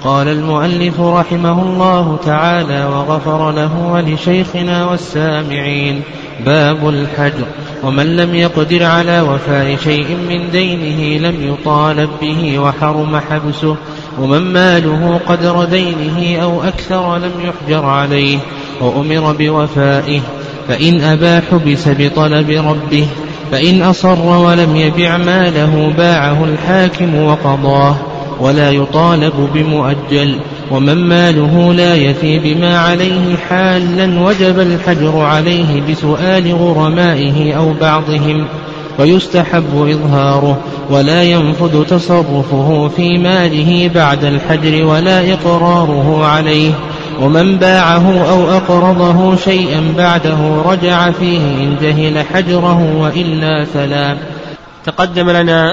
قال المؤلف رحمه الله تعالى وغفر له ولشيخنا والسامعين: باب الحجر. ومن لم يقدر على وفاء شيء من دينه لم يطالب به وحرم حبسه، ومن ماله قدر دينه أو أكثر لم يحجر عليه وأمر بوفائه، فإن أبى حبس بطلب ربه، فإن أصر ولم يبع ماله باعه الحاكم وقضاه ولا يطالب بمؤجل. ومن ماله لا يفي بما عليه حالا وجب الحجر عليه بسؤال غرمائه أو بعضهم، ويستحب إظهاره، ولا ينفذ تصرفه في ماله بعد الحجر ولا إقراره عليه. ومن باعه أو أقرضه شيئا بعده رجع فيه إن جهل حجره وإلا فلا. تقدم لنا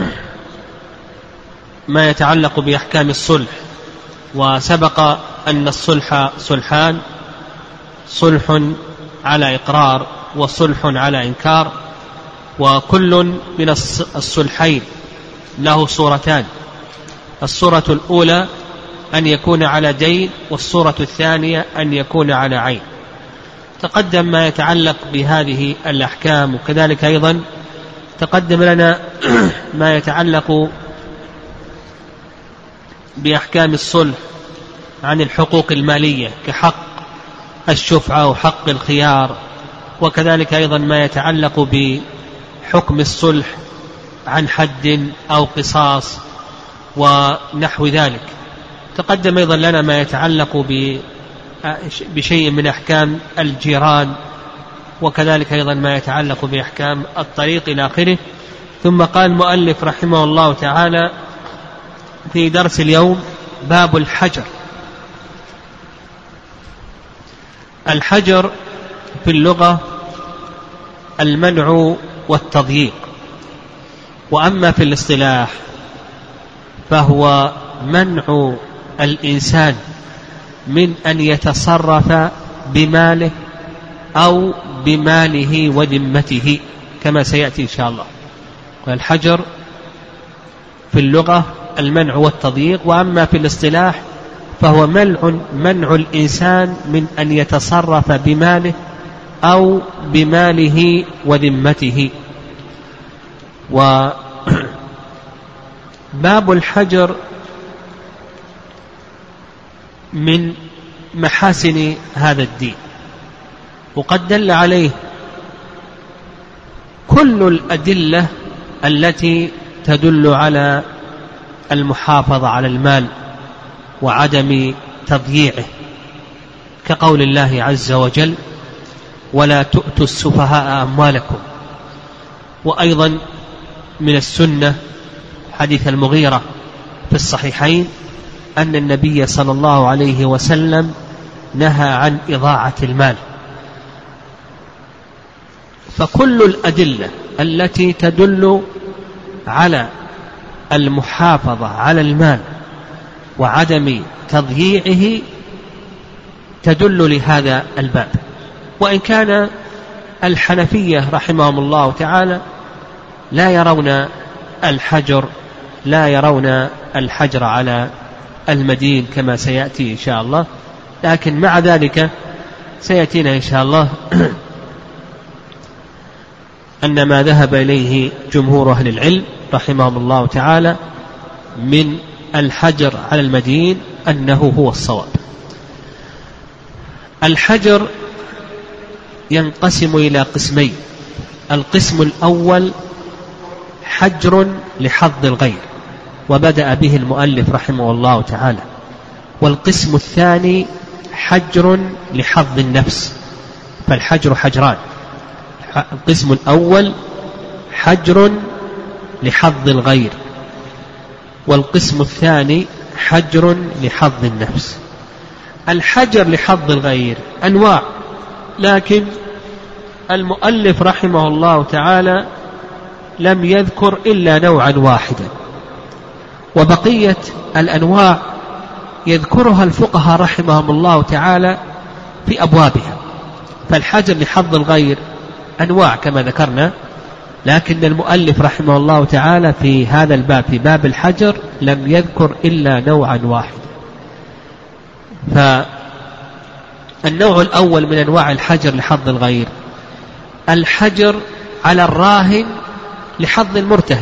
ما يتعلق بأحكام الصلح، وسبق أن الصلح صلحان: صلح على إقرار وصلح على إنكار، وكل من الصلحين له صورتان: الصورة الأولى أن يكون على دين، والصورة الثانية أن يكون على عين. تقدم ما يتعلق بهذه الأحكام، وكذلك أيضا تقدم لنا ما يتعلق بأحكام الصلح عن الحقوق المالية كحق الشفعة وحق الخيار، وكذلك أيضا ما يتعلق بحكم الصلح عن حد أو قصاص ونحو ذلك. تقدم أيضا لنا ما يتعلق بشيء من أحكام الجيران، وكذلك أيضا ما يتعلق بأحكام الطريق إلى آخره. ثم قال المؤلف رحمه الله تعالى في درس اليوم: باب الحجر. الحجر في اللغة المنع والتضييق، وأما في الاصطلاح فهو منع الإنسان من أن يتصرف بماله أو بماله وذمته، كما سيأتي إن شاء الله. والحجر في اللغة المنع والتضييق، وأما في الاصطلاح فهو منع الإنسان من أن يتصرف بماله أو بماله وذمته. وباب الحجر من محاسن هذا الدين، وقد دل عليه كل الأدلة التي تدل على المحافظة على المال وعدم تضييعه، كقول الله عز وجل: ولا تؤتوا السفهاء أموالكم. وأيضا من السنة حديث المغيرة في الصحيحين أن النبي صلى الله عليه وسلم نهى عن إضاعة المال. فكل الأدلة التي تدل على المحافظة على المال وعدم تضييعه تدل لهذا الباب. وإن كان الحنفية رحمهم الله تعالى لا يرون الحجر على المدين كما سيأتي إن شاء الله، لكن مع ذلك سيأتينا إن شاء الله أن ما ذهب إليه جمهور أهل العلم رحمهم الله تعالى من الحجر على المدين أنه هو الصواب. الحجر ينقسم إلى قسمين: القسم الأول حجر لحظ الغير، وبدأ به المؤلف رحمه الله تعالى. والقسم الثاني حجر لحظ النفس، فالحجر حجران: القسم الأول حجر لحظ الغير، والقسم الثاني حجر لحظ النفس. الحجر لحظ الغير أنواع، لكن المؤلف رحمه الله تعالى لم يذكر إلا نوعا واحدا، وبقية الأنواع يذكرها الفقهاء رحمهم الله تعالى في أبوابها. فالحجر لحظ الغير أنواع كما ذكرنا، لكن المؤلف رحمه الله تعالى في هذا الباب، في باب الحجر، لم يذكر إلا نوعا واحدا. فالنوع الأول من أنواع الحجر لحظ الغير الحجر على الراهن لحظ المرتهن.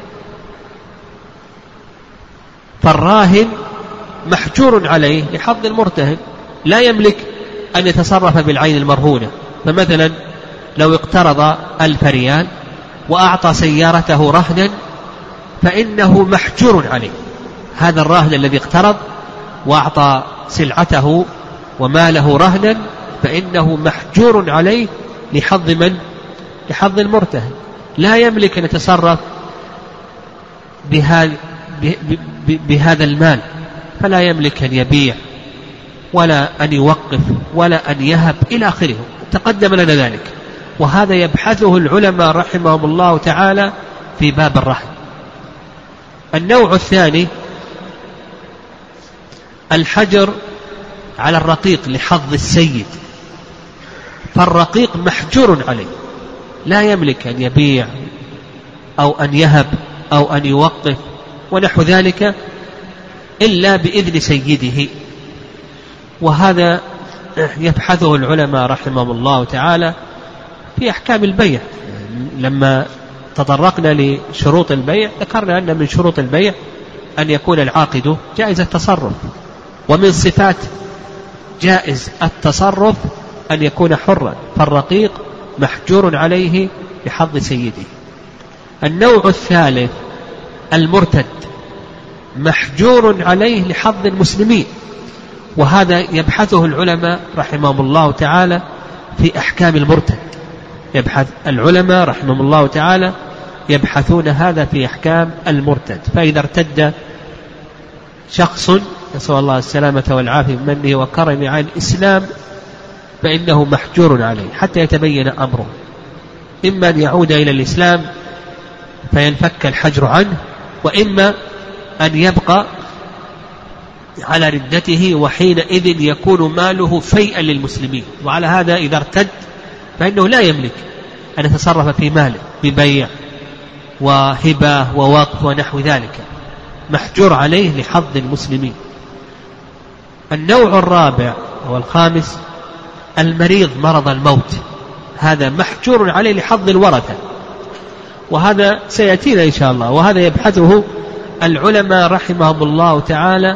فالراهن محجور عليه لحظ المرتهن، لا يملك أن يتصرف بالعين المرهونة. فمثلا لو اقترض 1000 ريال وأعطى سيارته رهنا فإنه محجور عليه. هذا الراهن الذي اقترض وأعطى سلعته وماله رهنا فإنه محجور عليه لحظ من؟ لحظ المرتهن، لا يملك أن يتصرف بهذا المال، فلا يملك أن يبيع ولا أن يوقف ولا أن يهب إلى آخره، تقدم لنا ذلك. وهذا يبحثه العلماء رحمهم الله تعالى في باب الرهن. النوع الثاني الحجر على الرقيق لحظ السيد. فالرقيق محجور عليه، لا يملك أن يبيع أو أن يهب أو أن يوقف ونحو ذلك إلا بإذن سيده. وهذا يبحثه العلماء رحمهم الله تعالى في أحكام البيع. لما تطرقنا لشروط البيع ذكرنا أن من شروط البيع أن يكون العاقد جائز التصرف، ومن صفات جائز التصرف أن يكون حرا. فالرقيق محجور عليه لحظ سيده. النوع الثالث المرتد محجور عليه لحظ المسلمين، وهذا يبحثه العلماء رحمهم الله تعالى في أحكام المرتد. يبحث العلماء رحمهم الله تعالى يبحثون هذا في أحكام المرتد. فإذا ارتد شخص نسأل الله السلامة والعافية منه وكرمه عن الإسلام فإنه محجور عليه حتى يتبين أمره، إما أن يعود إلى الإسلام فينفك الحجر عنه، وإما أن يبقى على ردته، وحينئذ يكون ماله فيئا للمسلمين. وعلى هذا إذا ارتد فإنه لا يملك أن يتصرف في ماله ببيع وهبة ووقف ونحو ذلك، محجور عليه لحظ المسلمين. النوع الرابع والخامس المريض مرض الموت، هذا محجور عليه لحظ الورثة، وهذا سيأتينا إن شاء الله. وهذا يبحثه العلماء رحمهم الله تعالى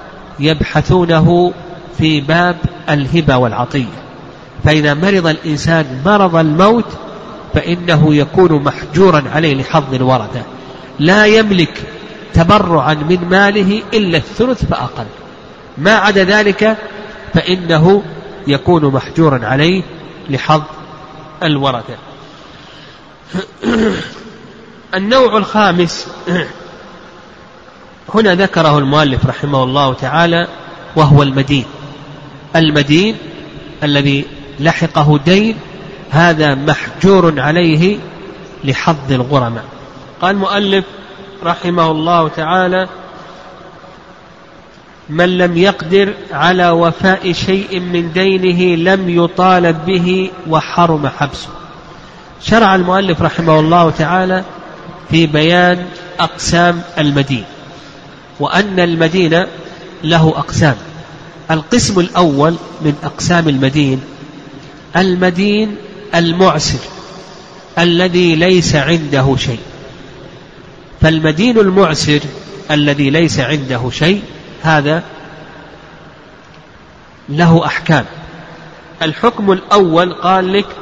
يبحثونه في باب الهبة والعطية. فإذا مرض الإنسان مرض الموت فإنه يكون محجورا عليه لحظ الورثة، لا يملك تبرعا من ماله إلا الثلث فأقل، ما عدا ذلك فإنه يكون محجورا عليه لحظ الورثة. النوع الخامس هنا ذكره المؤلف رحمه الله تعالى وهو المدين. المدين الذي لحقه دين هذا محجور عليه لحظ الغرماء. قال المؤلف رحمه الله تعالى من لم يقدر على وفاء شيء من دينه لم يطالب به وحرم حبسه. شرع المؤلف رحمه الله تعالى في بيان أقسام المدين، وأن المدين له أقسام. القسم الأول من أقسام المدين المدين المعسر الذي ليس عنده شيء. فالمدين المعسر الذي ليس عنده شيء هذا له أحكام. الحكم الأول قال لك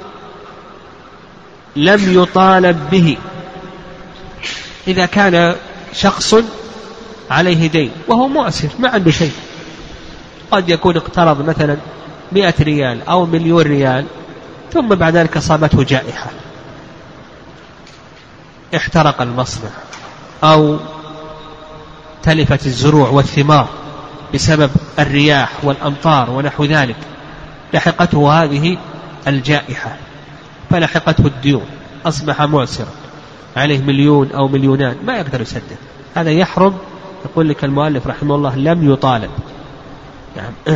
لم يطالب به. إذا كان شخص عليه دين وهو معسر ما عنده شيء، قد يكون اقترض مثلا 100 ريال أو 1,000,000 ريال، ثم بعد ذلك أصابته جائحة، احترق المصنع أو تلفت الزروع والثمار بسبب الرياح والأمطار ونحو ذلك، لحقته هذه الجائحة فلحقته الديون، أصبح معسرا عليه 1,000,000 أو 2,000,000 ما يقدر يسدد، هذا يحرم. يقول لك المؤلف رحمه الله لم يطالب، يعني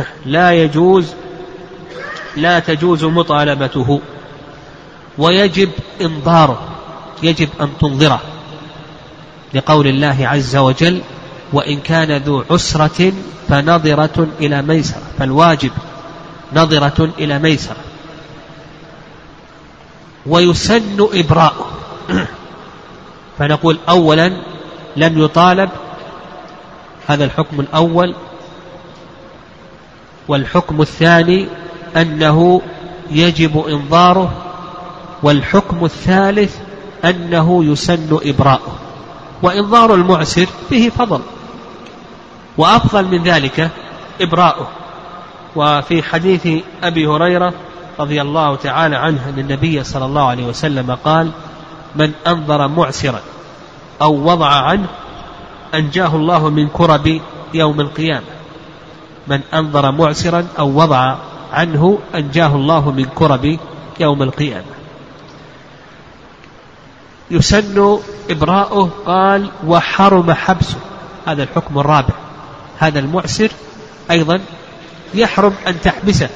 لا تجوز مطالبته، ويجب إنظاره، يجب أن تنظره، لقول الله عز وجل وإن كان ذو عسرة فنظرة إلى ميسرة، فالواجب نظرة إلى ميسرة. ويسن إبراءه، فنقول أولا لم يطالب، هذا الحكم الأول. والحكم الثاني أنه يجب إنظاره. والحكم الثالث أنه يسن إبراءه. وإنظار المعسر به فضل، وأفضل من ذلك إبراءه. وفي حديث أبي هريرة رضي الله تعالى عنه أن النبي صلى الله عليه وسلم قال: من أنظر معسرا أو وضع عنه أنجاه الله من كرب يوم القيامة. من أنظر معسرا أو وضع عنه أنجاه الله من كرب يوم القيامة. يسن إبراءه. قال: وحرم حبسه، هذا الحكم الرابع. هذا المعسر أيضا يحرم أن تحبسه،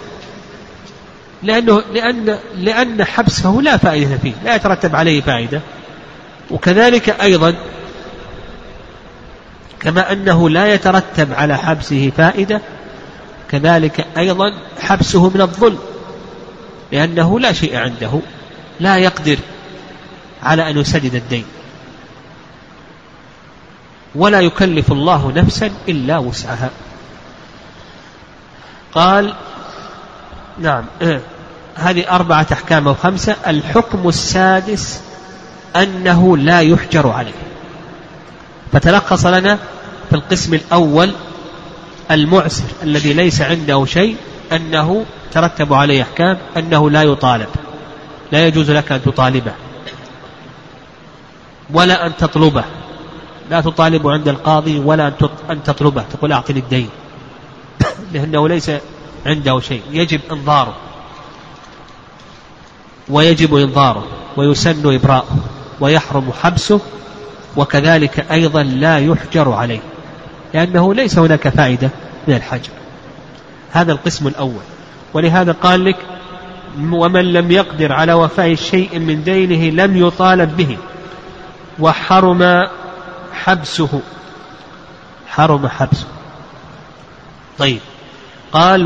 لأن حبسه لا فائدة فيه، لا يترتب عليه فائدة. وكذلك أيضا كما أنه لا يترتب على حبسه فائدة، كذلك أيضا حبسه من الظلم، لأنه لا شيء عنده، لا يقدر على أن يسدد الدين، ولا يكلف الله نفسا إلا وسعها. قال: نعم، هذه 4 أحكام أو 5. الحكم السادس أنه لا يحجر عليه. فتلخص لنا في القسم الأول المعسر الذي ليس عنده شيء أنه ترتب عليه أحكام، أنه لا يطالب، لا يجوز لك أن تطالبه ولا أن تطلبه، لا تطالب عند القاضي ولا أن تطلبه، تقول أعطني الدين، لأنه ليس عنده شيء، يجب إنظاره ويجب إنظاره، ويسن إبراءه، ويحرم حبسه، وكذلك أيضا لا يحجر عليه، لأنه ليس هناك فائدة من الحجر. هذا القسم الأول. ولهذا قال لك: ومن لم يقدر على وفاء شيء من دينه لم يطالب به، وحرم حبسه، حرم حبسه. طيب، قال: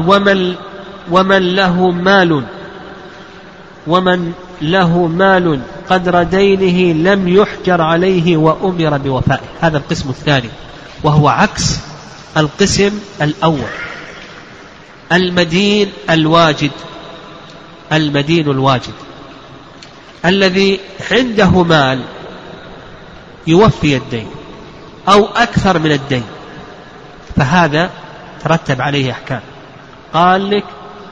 ومن له مال قدر دينه لم يحجر عليه وأمر بوفائه. هذا القسم الثاني، وهو عكس القسم الأول. المدين الواجد الذي عنده مال يوفي الدين أو أكثر من الدين، فهذا ترتب عليه أحكام. قال لك: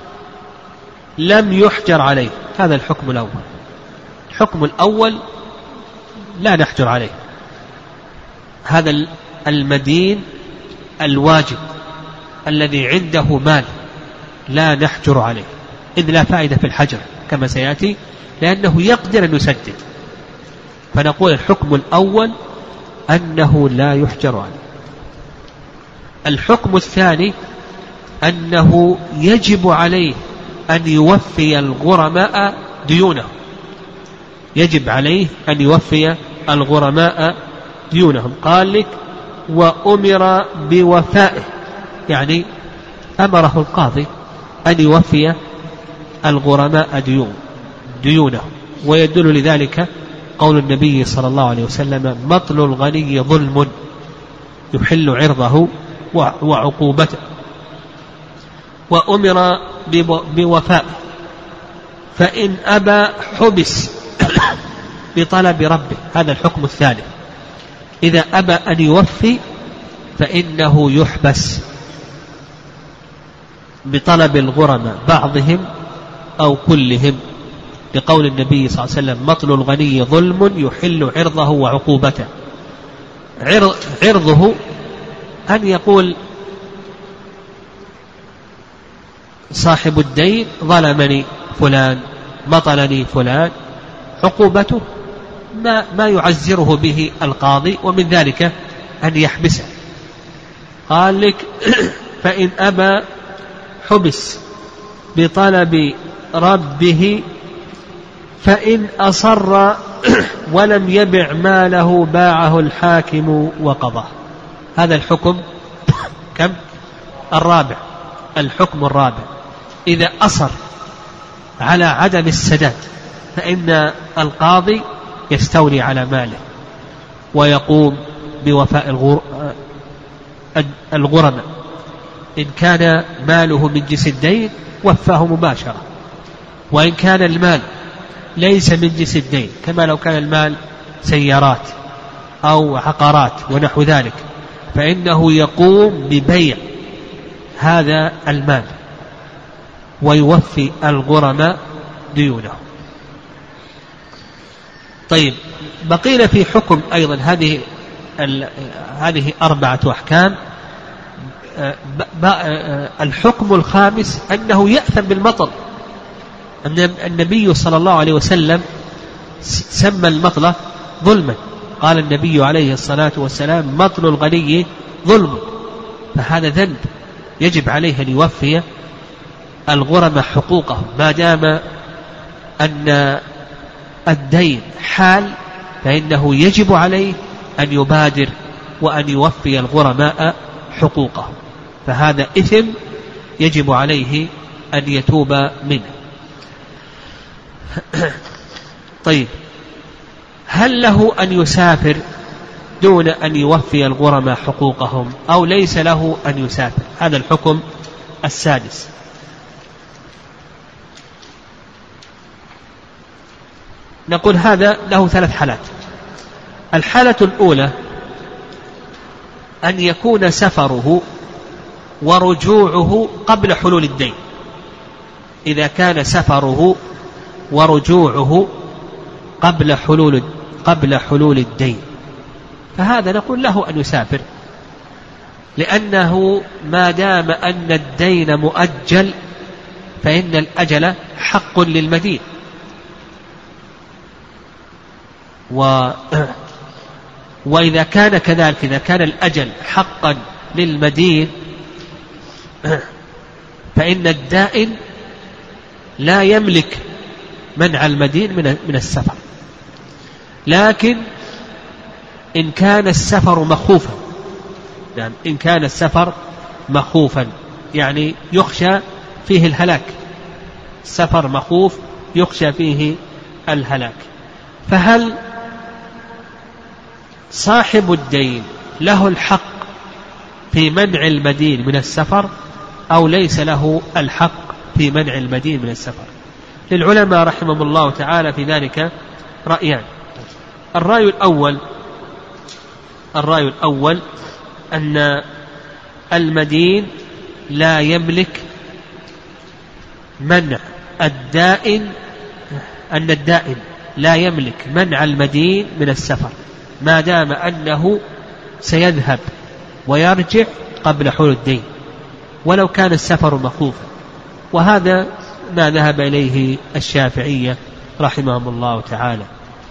لم يحجر عليه. هذا الحكم الأول. الحكم الأول لا نحجر عليه. هذا المدين الواجب الذي عنده مال لا نحجر عليه، إذ لا فائدة في الحجر كما سيأتي، لأنه يقدر أن يسدد. فنقول الحكم الأول أنه لا يحجر عليه. الحكم الثاني أنه يجب عليه أن يوفي الغرماء ديونهم، يجب عليه أن يوفي الغرماء ديونهم. قال لك: وأمر بوفائه، يعني أمره القاضي أن يوفي الغرماء ديونهم. ويدل لذلك قول النبي صلى الله عليه وسلم: مطل الغني ظلم يحل عرضه وعقوبته. وأمر بوفائه، فإن أبى حبس بطلب ربه. هذا الحكم الثالث. إذا أبى أن يوفي فإنه يحبس بطلب الغرماء بعضهم أو كلهم، لقول النبي صلى الله عليه وسلم: مطل الغني ظلم يحل عرضه وعقوبته. عرضه أن يقول صاحب الدين: ظلمني فلان، مطلني فلان. عقوبته ما يعزره به القاضي، ومن ذلك أن يحبسه. قال لك: فإن أبى حبس بطلب ربه، فإن أصر ولم يبع ماله باعه الحاكم وقضاه. هذا الحكم كم؟ الرابع، الحكم الرابع: إذا أصر على عدم السداد فإن القاضي يستولي على ماله ويقوم بوفاء الغرماء. إن كان ماله من جنس الدين وفاه مباشرة، وإن كان المال ليس من جنس الدين كما لو كان المال سيارات أو عقارات ونحو ذلك فإنه يقوم ببيع هذا المال ويوفي الغرماء ديونهم. طيب، بقينا في حكم أيضا. هذه 4 أحكام. الحكم الخامس أنه يأثم بالمطل. النبي صلى الله عليه وسلم سمى المطلة ظلما، قال النبي عليه الصلاة والسلام: مطل الغني ظلم. فهذا ذنب يجب عليه أن يوفي الغرماء حقوقهم. ما دام أن الدين حال فإنه يجب عليه أن يبادر وأن يوفي الغرماء حقوقهم، فهذا إثم يجب عليه أن يتوب منه. طيب، هل له أن يسافر دون أن يوفي الغرماء حقوقهم أو ليس له أن يسافر؟ هذا الحكم السادس. نقول هذا له 3 حالات. الحالة الأولى أن يكون سفره ورجوعه قبل حلول الدين. إذا كان سفره ورجوعه قبل حلول الدين فهذا نقول له أن يسافر، لأنه ما دام أن الدين مؤجل فإن الأجل حق للمدين. وإذا كان كذلك، إذا كان الأجل حقا للمدين فإن الدائن لا يملك منع المدين من السفر. لكن إن كان السفر مخوفا، يعني إن كان السفر مخوفا يعني يخشى فيه الهلاك، السفر مخوف يخشى فيه الهلاك، فهل صاحب الدين له الحق في منع المدين من السفر أو ليس له الحق في منع المدين من السفر؟ للعلماء رحمهم الله تعالى في ذلك رأيان. الرأي الأول أن المدين لا يملك منع الدائن، أن الدائن لا يملك منع المدين من السفر ما دام أنه سيذهب ويرجع قبل حلول الدين ولو كان السفر مخوفا. وهذا ما ذهب إليه الشافعية رحمهم الله تعالى،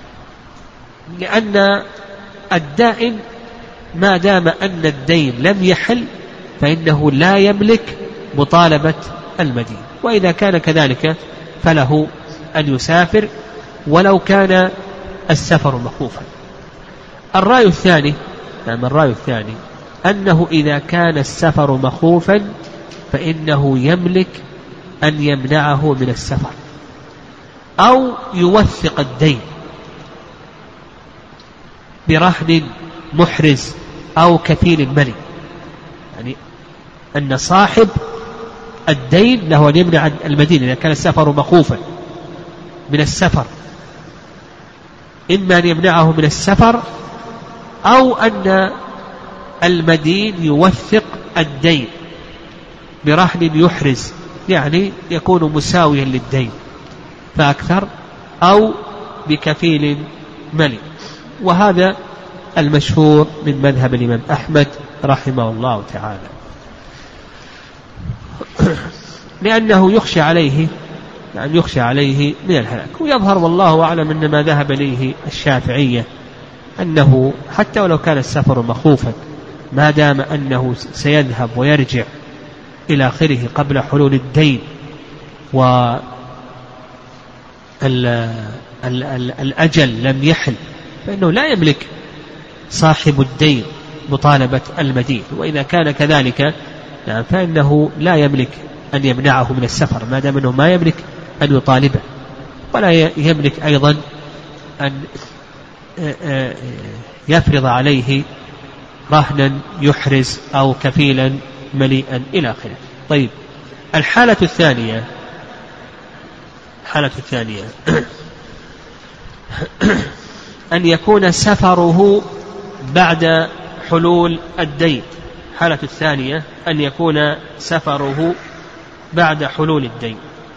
لأن الدائن ما دام أن الدين لم يحل فإنه لا يملك مطالبة المدين، وإذا كان كذلك فله أن يسافر ولو كان السفر مخوفا. الرأي الثاني أنه إذا كان السفر مخوفا فإنه يملك أن يمنعه من السفر أو يوثق الدين برهن محرز أو كفيل ملي، يعني أن صاحب الدين له أن يمنع المدين إذا كان السفر مخوفا من السفر، إما أن يمنعه من السفر أو أن المدين يوثق الدين برهن يحرز، يعني يكون مساويا للدين فأكثر، أو بكفيل ملي. وهذا المشهور من مذهب الإمام أحمد رحمه الله تعالى، لأنه يخشى عليه من الهلاك. ويظهر والله أعلم أن ما ذهب إليه الشافعية أنه حتى ولو كان السفر مخوفا ما دام أنه سيذهب ويرجع إلى آخره قبل حلول الدين والأجل لم يحل فإنه لا يملك صاحب الدين مطالبة المدين. وإذا كان كذلك يعني فإنه لا يملك أن يمنعه من السفر ما دام أنه ما يملك أن يطالبه، ولا يملك أيضا أن يفرض عليه رهنا يحرز أو كفيلا مليئا إلى آخره. طيب، الحالة الثانية أن يكون سفره بعد حلول الدين. الحالة الثانية أن يكون سفره بعد حلول الدين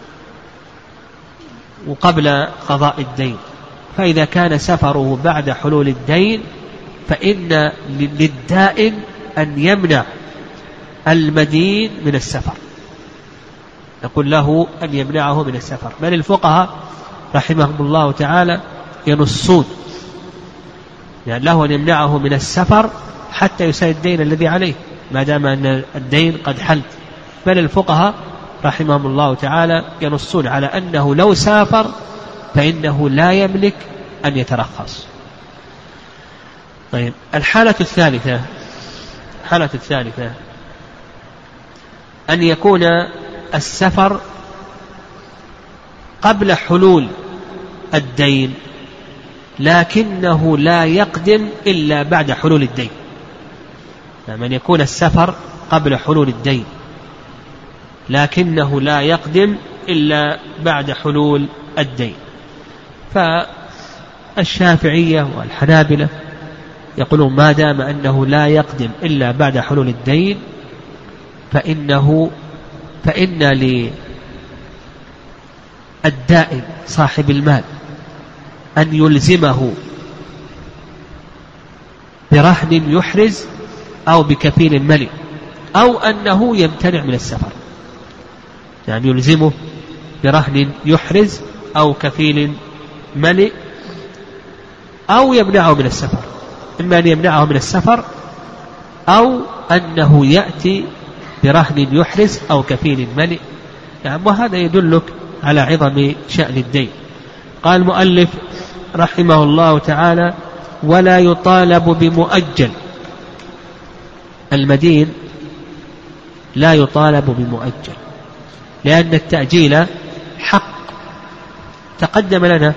وقبل قضاء الدين. فإذا كان سفره بعد حلول الدين فإن للدائن أن يمنع المدين من السفر، نقول له أن يمنعه من السفر. بل الفقهاء رحمهم الله تعالى ينصون يعني له أن يمنعه من السفر حتى يسدد الدين الذي عليه ما دام أن الدين قد حل. بل الفقهاء رحمهم الله تعالى ينصون على أنه لو سافر فإنه لا يملك أن يترخص. طيب، الحالة الثالثة أن يكون السفر قبل حلول الدين لكنه لا يقدم إلا بعد حلول الدين. يعني أن يكون السفر قبل حلول الدين لكنه لا يقدم إلا بعد حلول الدين. فالشافعية والحنابلة يقولون ما دام أنه لا يقدم إلا بعد حلول الدين فإن للدائن صاحب المال أن يلزمه برهن يحرز أو بكفيل ملئ أو أنه يمتنع من السفر. يعني يلزمه برهن يحرز أو كفيل ملئ أو يمنعه من السفر، إما أن يمنعه من السفر أو أنه يأتي برهن يحرز أو كفيل ملئ. يعني وهذا يدلك على عظم شأن الدين. قال المؤلف رحمه الله تعالى: ولا يطالب بمؤجل. المدين لا يطالب بمؤجل لأن التأجيل حق. تقدم لنا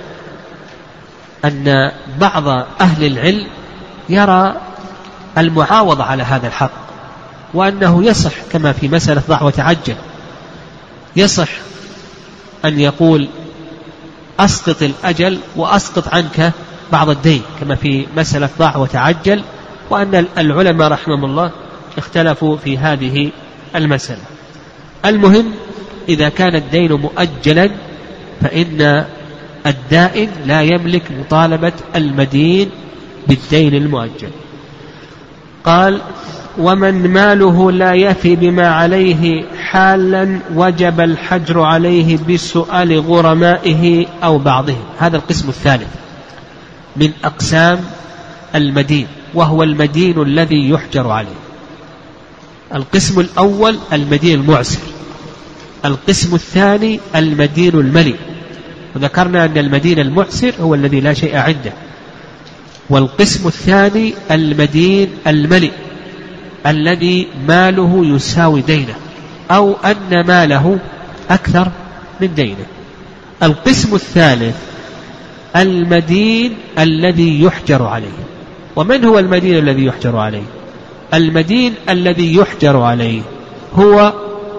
أن بعض أهل العلم يرى المعاوضة على هذا الحق، وأنه يصح كما في مسألة ضع وتعجل، يصح أن يقول أسقط الأجل وأسقط عنك بعض الدين كما في مسألة ضع وتعجل، وأن العلماء رحمهم الله اختلفوا في هذه المسألة. المهم إذا كان الدين مؤجلا فإن الدائن لا يملك مطالبة المدين بالدين المؤجل. قال: ومن ماله لا يفي بما عليه حالا وجب الحجر عليه بسؤال غرمائه أو بعضهم. هذا القسم الثالث من أقسام المدين، وهو المدين الذي يحجر عليه. القسم الأول المدين المعسر، القسم الثاني المدين الملي، وذكرنا أن المدين المعسر هو الذي لا شيء عنده، والقسم الثاني المدين الملي الذي ماله يساوي دينه أو أن ماله أكثر من دينه. القسم الثالث المدين الذي يحجر عليه. ومن هو المدين الذي يحجر عليه؟ المدين الذي يحجر عليه هو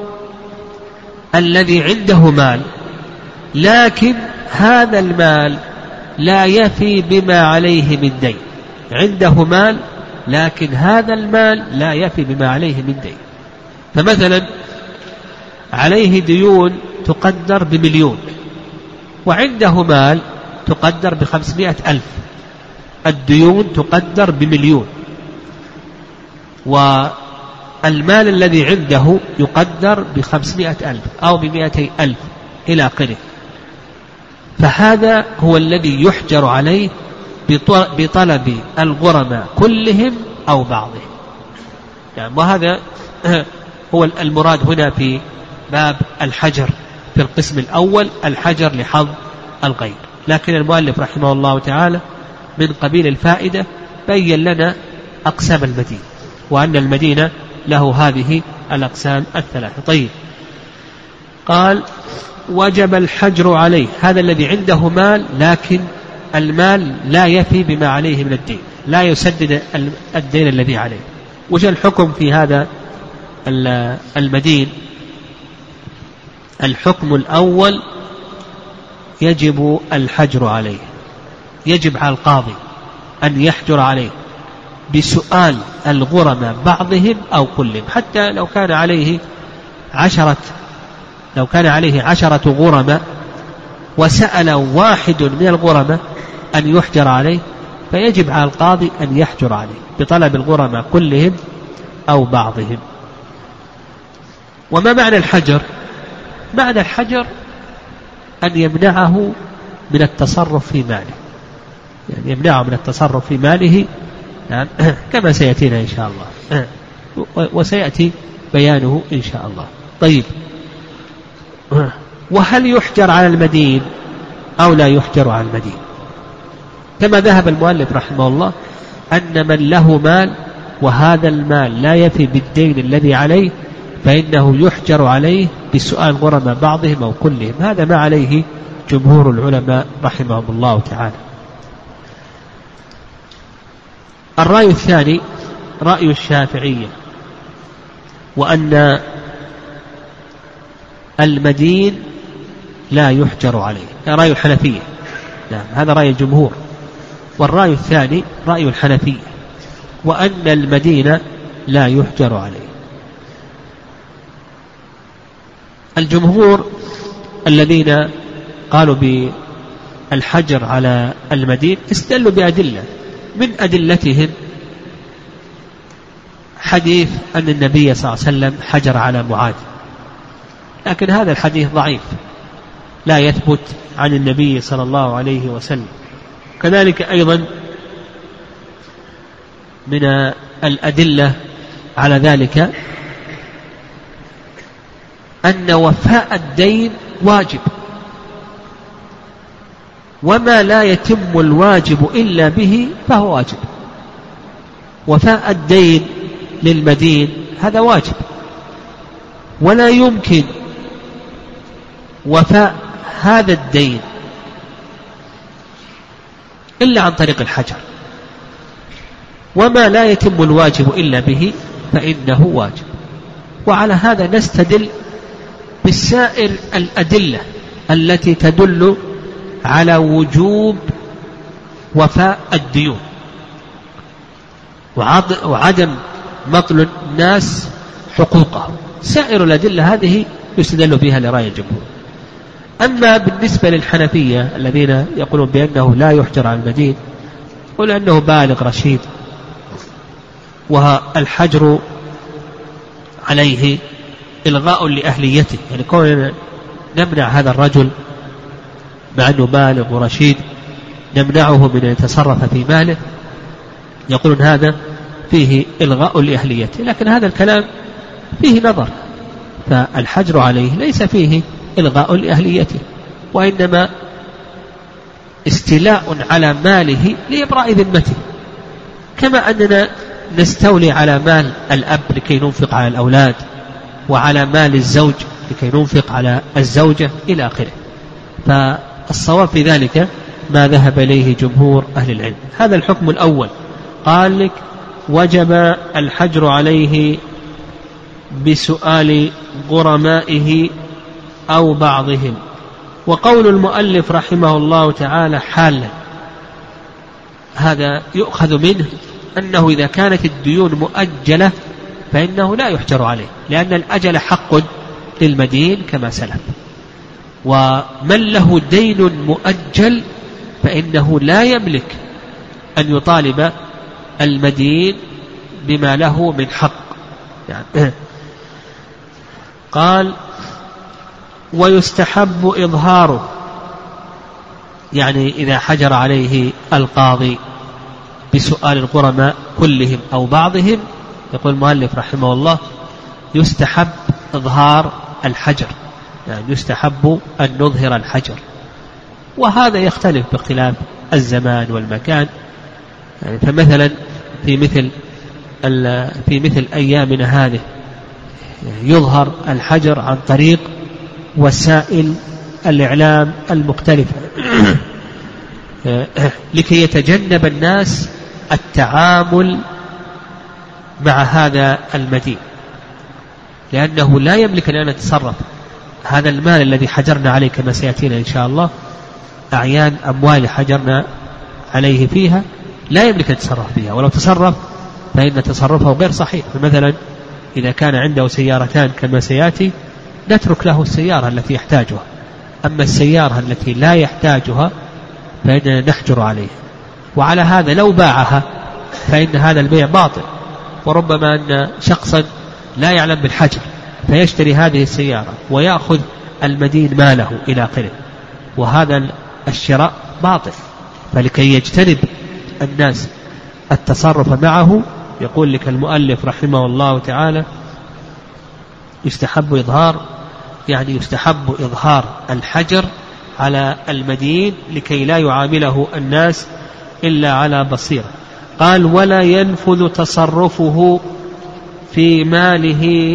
الذي عنده مال لكن هذا المال لا يفي بما عليه من دين. عنده مال لكن هذا المال لا يفي بما عليه من دين. فمثلا عليه ديون تقدر ب1,000,000 وعنده مال تقدر ب500,000. الديون تقدر ب1,000,000 والمال الذي عنده يقدر ب500,000 أو ب200,000 إلى آخره. فهذا هو الذي يحجر عليه بطلب الغرماء كلهم أو بعضهم. يعني وهذا هو المراد هنا في باب الحجر في القسم الأول، الحجر لحظ الغير. لكن المؤلف رحمه الله تعالى من قبيل الفائدة بين لنا أقسام المدين، وأن المدين له هذه الأقسام الثلاثة. طيب، قال وجب الحجر عليه، هذا الذي عنده مال لكن المال لا يفي بما عليه من الدين، لا يسدد الدين الذي عليه. وش الحكم في هذا المدين؟ الحكم الأول يجب الحجر عليه، يجب على القاضي أن يحجر عليه بسؤال الغرماء بعضهم أو كلهم، حتى لو كان عليه 10 غرماء وسأل واحد من الغرماء أن يحجر عليه، فيجب على القاضي أن يحجر عليه بطلب الغرماء كلهم أو بعضهم. وما معنى الحجر؟ معنى الحجر أن يمنعه من التصرف في ماله، يعني يمنعه من التصرف في ماله، يعني كما سيأتينا إن شاء الله، وسيأتي بيانه إن شاء الله. طيب، وهل يحجر على المدين أو لا يحجر على المدين؟ كما ذهب المؤلف رحمه الله أن من له مال وهذا المال لا يفي بالدين الذي عليه فإنه يحجر عليه بسؤال غرماء بعضهم أو كلهم. هذا ما عليه جمهور العلماء رحمهم الله تعالى. الرأي الثاني رأي الشافعية، وأن المدين لا يحجر عليه، رأي الحنفية. نعم، هذا رأي الجمهور. والرأي الثاني رأي الحنفية، وأن المدين لا يحجر عليه. الجمهور الذين قالوا بالحجر على المدين استدلوا بأدلة، من أدلتهم حديث أن النبي صلى الله عليه وسلم حجر على معاذ، لكن هذا الحديث ضعيف لا يثبت عن النبي صلى الله عليه وسلم. كذلك أيضا من الأدلة على ذلك أن وفاء الدين واجب، وما لا يتم الواجب إلا به فهو واجب. وفاء الدين للمدين هذا واجب، ولا يمكن وفاء هذا الدين إلا عن طريق الحجر، وما لا يتم الواجب إلا به فإنه واجب. وعلى هذا نستدل بالسائر الأدلة التي تدل على وجوب وفاء الديون وعدم مطل الناس حقوقهم. سائر الأدلة هذه يستدل بها لرأي الجمهور. أما بالنسبة للحنفية الذين يقولون بأنه لا يحجر على المدين، يقول أنه بالغ رشيد والحجر عليه إلغاء لأهليته، يعني كون نمنع هذا الرجل مع أنه بالغ ورشيد نمنعه من أن يتصرف في ماله، يقولون هذا فيه إلغاء لأهليته. لكن هذا الكلام فيه نظر، فالحجر عليه ليس فيه إلغاء لأهليته، وإنما استيلاء على ماله لإبراء ذمته، كما أننا نستولي على مال الأب لكي ننفق على الأولاد، وعلى مال الزوج لكي ننفق على الزوجة إلى آخره. فالصواب في ذلك ما ذهب إليه جمهور أهل العلم. هذا الحكم الأول، قال لك وجب الحجر عليه بسؤال غرمائه أو بعضهم. وقول المؤلف رحمه الله تعالى حالا، هذا يؤخذ منه أنه إذا كانت الديون مؤجلة فإنه لا يحجر عليه، لأن الأجل حق للمدين كما سلف. ومن له دين مؤجل فإنه لا يملك أن يطالب المدين بما له من حق. يعني قال ويستحب إظهاره، يعني إذا حجر عليه القاضي بسؤال الغرماء كلهم أو بعضهم، يقول المؤلف رحمه الله يستحب إظهار الحجر، يعني يستحب أن نظهر الحجر. وهذا يختلف باختلاف الزمان والمكان، يعني فمثلا في مثل أيامنا هذه يظهر الحجر عن طريق وسائل الإعلام المختلفة لكي يتجنب الناس التعامل مع هذا المدين، لأنه لا يملك أن يتصرف. هذا المال الذي حجرنا عليه كما سيأتينا إن شاء الله، أعيان أموال حجرنا عليه فيها، لا يملك أن يتصرف فيها، ولو تصرف فإن تصرفه غير صحيح. فمثلا إذا كان عنده سيارتان كما سيأتي نترك له السيارة التي يحتاجها، أما السيارة التي لا يحتاجها فإننا نحجر عليه. وعلى هذا لو باعها فإن هذا البيع باطل، وربما أن شخصا لا يعلم بالحجر فيشتري هذه السيارة ويأخذ المدين ماله إلى آخره، وهذا الشراء باطل. فلكي يجتنب الناس التصرف معه يقول لك المؤلف رحمه الله تعالى يستحب إظهار الحجر على المدين لكي لا يعامله الناس إلا على بصيرة. قال: ولا ينفذ تصرفه في ماله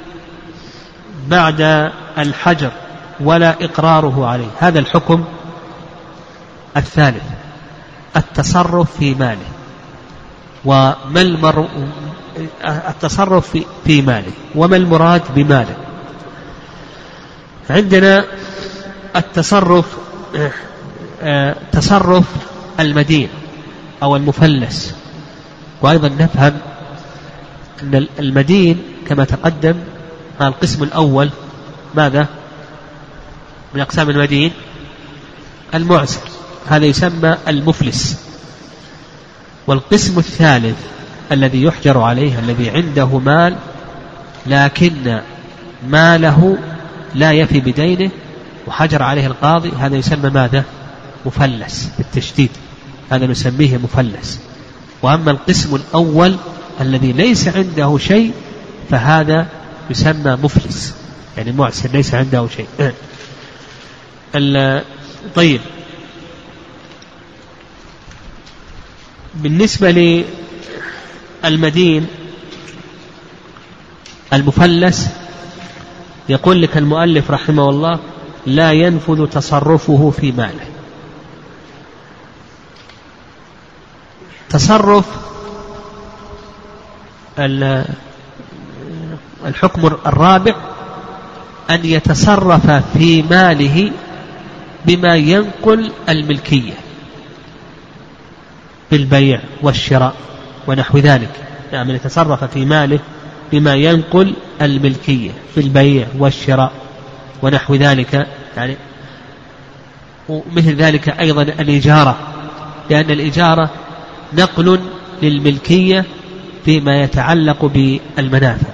بعد الحجر ولا إقراره عليه. هذا الحكم الثالث، التصرف في ماله. التصرف في ماله، وما المراد بماله؟ عندنا التصرف تصرف المدين أو المفلس. وأيضا نفهم أن المدين كما تقدم القسم الأول ماذا من أقسام المدين؟ المعسر، هذا يسمى المفلس. والقسم الثالث الذي يحجر عليه الذي عنده مال لكن ماله لا يفي بدينه وحجر عليه القاضي، هذا يسمى ماذا؟ مفلس بالتشديد، هذا نسميه مفلس. وأما القسم الأول الذي ليس عنده شيء فهذا يسمى مفلس، يعني معسر ليس عنده شيء. طيب، بالنسبة للمدين المفلس يقول لك المؤلف رحمه الله: لا ينفذ تصرفه في ماله. تصرف الحكم الرابع أن يتصرف في ماله بما ينقل الملكية بالبيع والشراء ونحو ذلك. يعني يتصرف في ماله بما ينقل الملكية بالبيع والشراء ونحو ذلك، يعني ومثل ذلك أيضا الإجارة، لأن الإجارة نقل للملكية فيما يتعلق بالمنافع.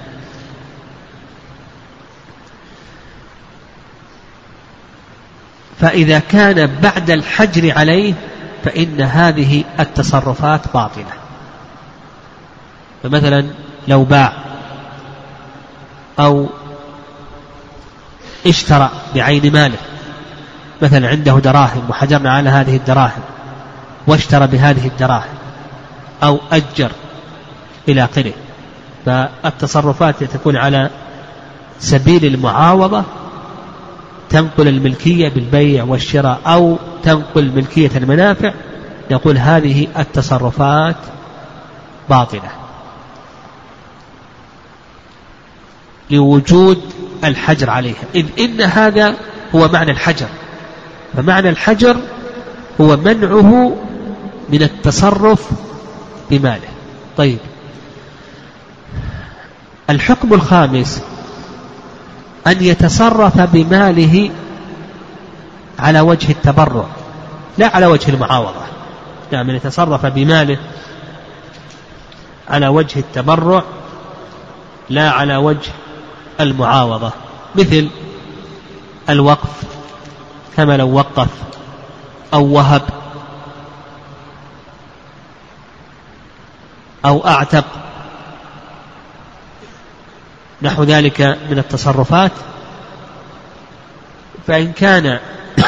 فإذا كان بعد الحجر عليه فإن هذه التصرفات باطلة. فمثلا لو باع أو اشترى بعين ماله، مثلا عنده دراهم وحجرنا على هذه الدراهم واشترى بهذه الدراهم، أو أجر إلى آخره، فالتصرفات تكون على سبيل المعاوضة، تنقل الملكية بالبيع والشراء أو تنقل ملكية المنافع، يقول هذه التصرفات باطلة لوجود الحجر عليها، إذ إن هذا هو معنى الحجر. فمعنى الحجر هو منعه من التصرف بماله. طيب، الحكم الخامس أن يتصرف بماله على وجه التبرع لا على وجه المعاوضة. يعني يتصرف بماله على وجه التبرع لا على وجه المعاوضة، مثل الوقف، كما لو وقف أو وهب أو أعتق نحو ذلك من التصرفات. فإن كان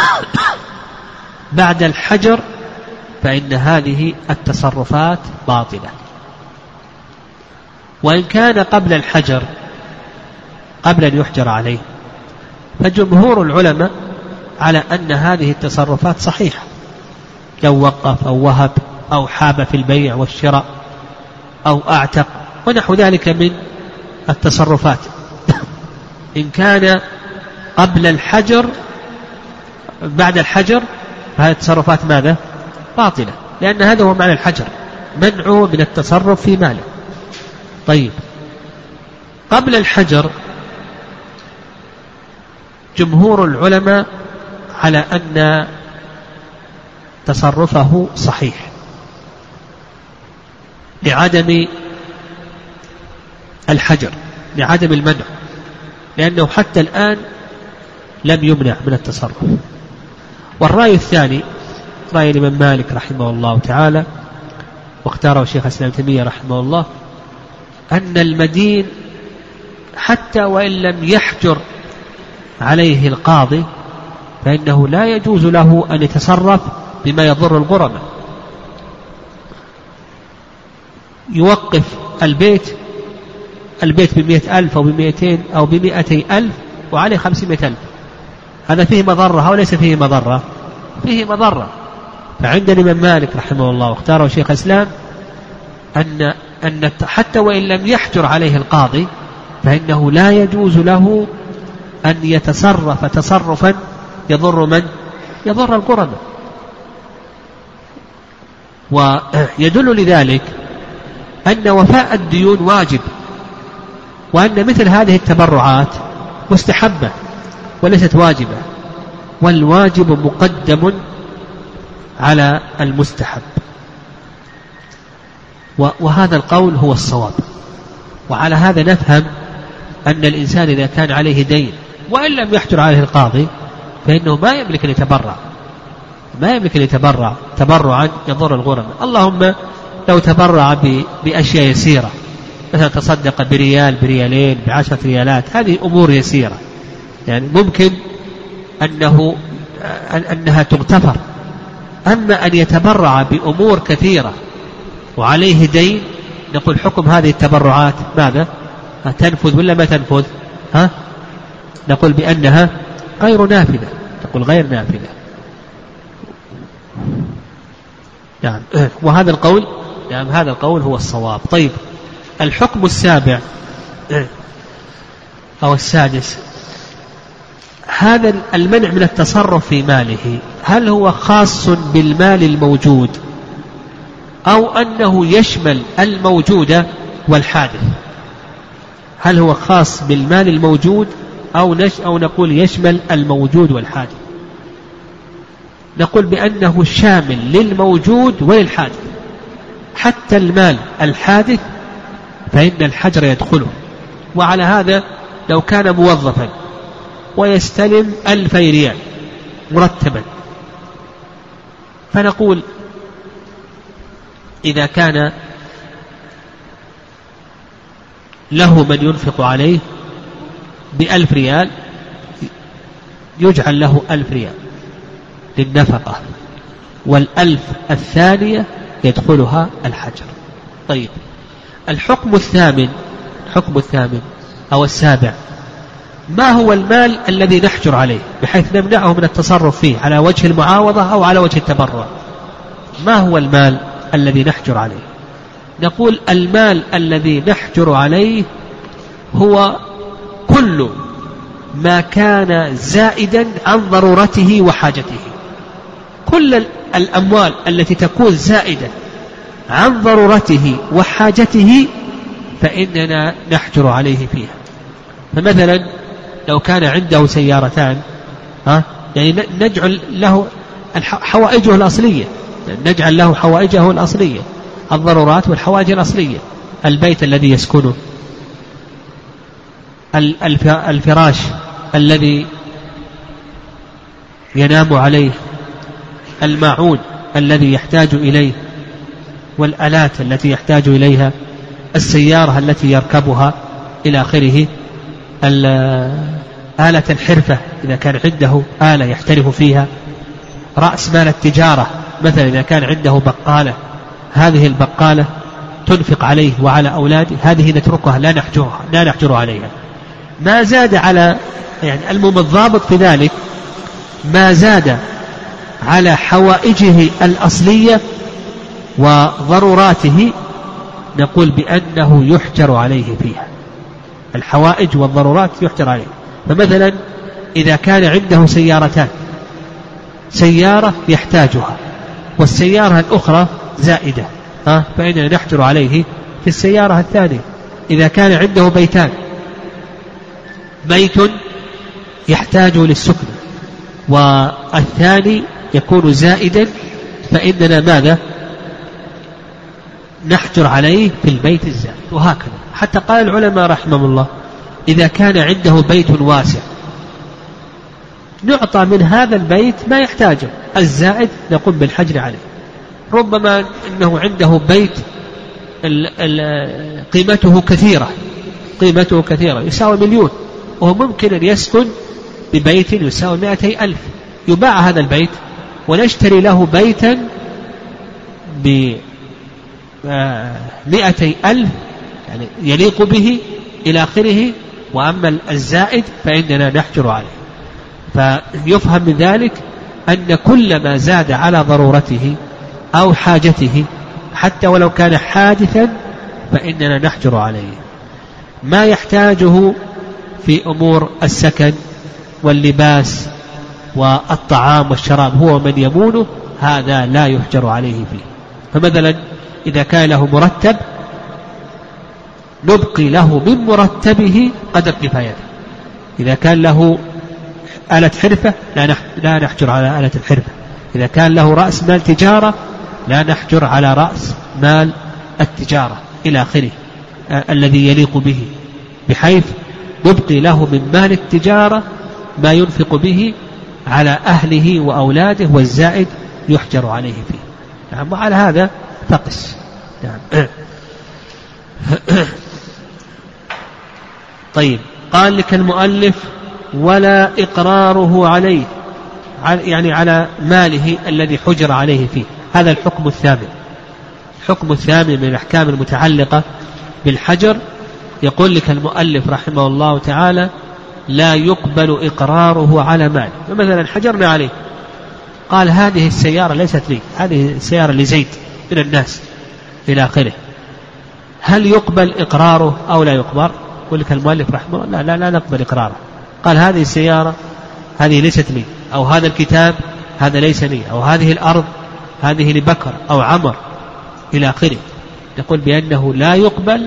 بعد الحجر فإن هذه التصرفات باطلة، وإن كان قبل الحجر قبل أن يحجر عليه. فجمهور العلماء على أن هذه التصرفات صحيحة، لو وقف أو وهب أو حاب في البيع والشراء أو أعتق ونحو ذلك من التصرفات، إن كان قبل الحجر بعد الحجر فهذه التصرفات ماذا؟ باطلة، لأن هذا هو معنى الحجر، منعه من التصرف في ماله. طيب، قبل الحجر جمهور العلماء على أن تصرفه صحيح لعدم الحجر، لعدم المنع، لأنه حتى الآن لم يمنع من التصرف. والرأي الثاني رأي الإمام مالك رحمه الله تعالى، واختاره الشيخ الإسلام ابن تيمية رحمه الله، أن المدين حتى وإن لم يحجر عليه القاضي فإنه لا يجوز له أن يتصرف بما يضر الغرماء. يوقف البيت 100,000 أو 200 أو 200,000 وعليه 500,000، هذا فيه مضرة أو ليس فيه مضرة؟ فيه مضرة. فعند الإمام مالك رحمه الله واختاره شيخ الإسلام أن حتى وإن لم يحجر عليه القاضي فإنه لا يجوز له أن يتصرف تصرفا يضر من؟ يضر الغرماء. ويدل لذلك أن وفاء الديون واجب، وأن مثل هذه التبرعات مستحبة وليست واجبة، والواجب مقدم على المستحب. وهذا القول هو الصواب. وعلى هذا نفهم أن الإنسان إذا كان عليه دين وإن لم يحجر عليه القاضي فإنه ما يملك أن يتبرع، ما يملك أن يتبرع تبرعا يضر الغرماء. اللهم لو تبرع بأشياء يسيرة، مثلا تصدق بريال بريالين ب10 ريالات، هذه أمور يسيرة يعني ممكن أنها تغتفر. أما أن يتبرع بأمور كثيرة وعليه دين، نقول حكم هذه التبرعات ماذا؟ تنفذ ولا ما تنفذ؟ نقول بأنها غير نافذة، نقول غير نافذة. يعني وهذا القول يعني هذا القول هو الصواب. طيب، الحكم السابع أو السادس، هذا المنع من التصرف في ماله هل هو خاص بالمال الموجود أو أنه يشمل الموجود والحادث؟ هل هو خاص بالمال الموجود أو نقول يشمل الموجود والحادث؟ نقول بأنه شامل للموجود وللحادث، حتى المال الحادث فإن الحجر يدخله. وعلى هذا لو كان موظفا ويستلم 1000 ريال مرتبا، فنقول إذا كان له من ينفق عليه ب1000 ريال يجعل له 1000 ريال للنفقة، وال1000 الثانية يدخلها الحجر. طيب، الحكم الثامن أو السابع، ما هو المال الذي نحجر عليه بحيث نمنعه من التصرف فيه على وجه المعاوضة أو على وجه التبرع؟ ما هو المال الذي نحجر عليه؟ نقول المال الذي نحجر عليه هو كل ما كان زائدا عن ضرورته وحاجته. كل الأموال التي تكون زائدة عن ضرورته وحاجته فإننا نحجر عليه فيها. فمثلا لو كان عنده سيارتان، يعني نجعل له حوائجه الأصلية، نجعل له حوائجه الأصلية، الضرورات والحوائج الأصلية، البيت الذي يسكنه، الفراش الذي ينام عليه، الماعون الذي يحتاج إليه، والآلات التي يحتاج إليها، السيارة التي يركبها إلى آخره، آلة الحرفة إذا كان عنده آلة يحترف فيها، رأس مال التجارة مثلا إذا كان عنده بقالة، هذه البقالة تنفق عليه وعلى أولاده، هذه نتركها لا نحجر عليها. ما زاد على يعني الضابط في ذلك ما زاد على حوائجه الأصلية وضروراته نقول بأنه يحجر عليه فيها. الحوائج والضرورات يحجر عليه. فمثلا إذا كان عنده سيارتان، سيارة يحتاجها والسيارة الأخرى زائدة، فإننا نحجر عليه في السيارة الثانية. إذا كان عنده بيتان، بيت يحتاج للسكن والثاني يكون زائدا، فإننا ماذا؟ نحجر عليه في البيت الزائد. وهكذا حتى قال العلماء رحمهم الله إذا كان عنده بيت واسع نعطى من هذا البيت ما يحتاجه، الزائد نقوم بالحجر عليه. ربما أنه عنده بيت قيمته كثيرة يساوي 1,000,000 وهو ممكن أن يسكن ببيت يساوي 200,000، يباع هذا البيت ونشتري له بيتا ب200,000 يعني يليق به إلى آخره، وأما الزائد فإننا نحجر عليه. فيفهم من ذلك أن كل ما زاد على ضرورته أو حاجته حتى ولو كان حادثا فإننا نحجر عليه. ما يحتاجه في أمور السكن واللباس والطعام والشراب هو من يمونه، هذا لا يحجر عليه فيه. فمثلا إذا كان له مرتب نبقي له من مرتبه قدر كفايته. إذا كان له آلة حرفة لا نحجر على آلة الحرفة. إذا كان له رأس مال تجارة لا نحجر على رأس مال التجارة إلى آخره الذي يليق به، بحيث نبقي له من مال التجارة ما ينفق به على أهله وأولاده، والزائد يحجر عليه فيه. نعم. وعلى هذا فقس. نعم. طيب، قال لك المؤلف ولا إقراره عليه، يعني على ماله الذي حجر عليه فيه. هذا الحكم الثامن. الحكم الثامن من الأحكام المتعلقة بالحجر. يقول لك المؤلف رحمه الله تعالى لا يقبل إقراره على مال. فمثلا حجرنا عليه، قال هذه السيارة ليست لي، هذه السيارة لزيد من الناس إلى آخره، هل يقبل إقراره أو لا يقبل؟ يقول لك المؤلف رحمه الله لا نقبل إقراره. قال هذه السيارة هذه ليست لي، أو هذا الكتاب هذا ليس لي، أو هذه الأرض هذه لبكر أو عمر إلى آخره. يقول بأنه لا يقبل،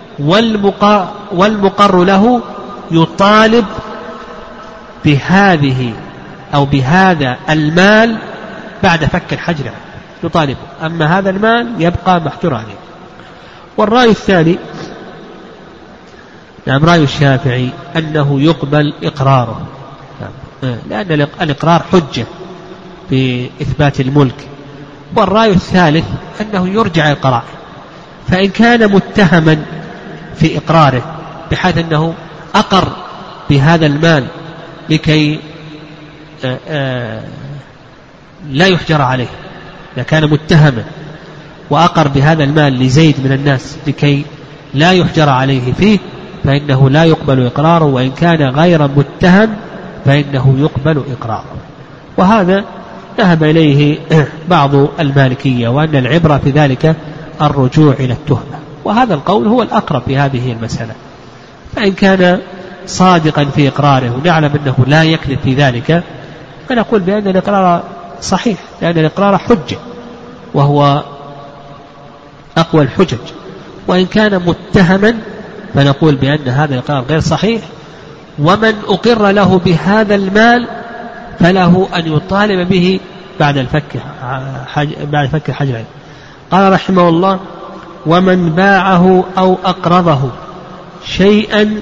والمقر له يطالب بهذه أو بهذا المال بعد فك الحجر عنه، يطالبه. أما هذا المال يبقى محجور عليه. والرأي الثاني، نعم، رأي الشافعي أنه يقبل إقراره، لأن الإقرار حجة في إثبات الملك. والرأي الثالث أنه يرجع القرار، فإن كان متهما في إقراره بحيث أنه أقر بهذا المال لكي لا يحجر عليه، إذا كان متهما وأقر بهذا المال لزيد من الناس لكي لا يحجر عليه فيه فإنه لا يقبل إقراره، وإن كان غير متهم فإنه يقبل إقراره. وهذا ذهب إليه بعض المالكية، وأن العبرة في ذلك الرجوع إلى التهمة، وهذا القول هو الأقرب في هذه المسألة. فإن كان صادقا في إقراره ونعلم أنه لا يكذب في ذلك فنقول بأن الإقرار صحيح، لأن الإقرار حجة وهو أقوى الحجج. وإن كان متهما فنقول بأن هذا الإقرار غير صحيح، ومن أقر له بهذا المال فله أن يطالب به بعد فك الحجر. قال رحمه الله ومن باعه أو أقرضه شيئا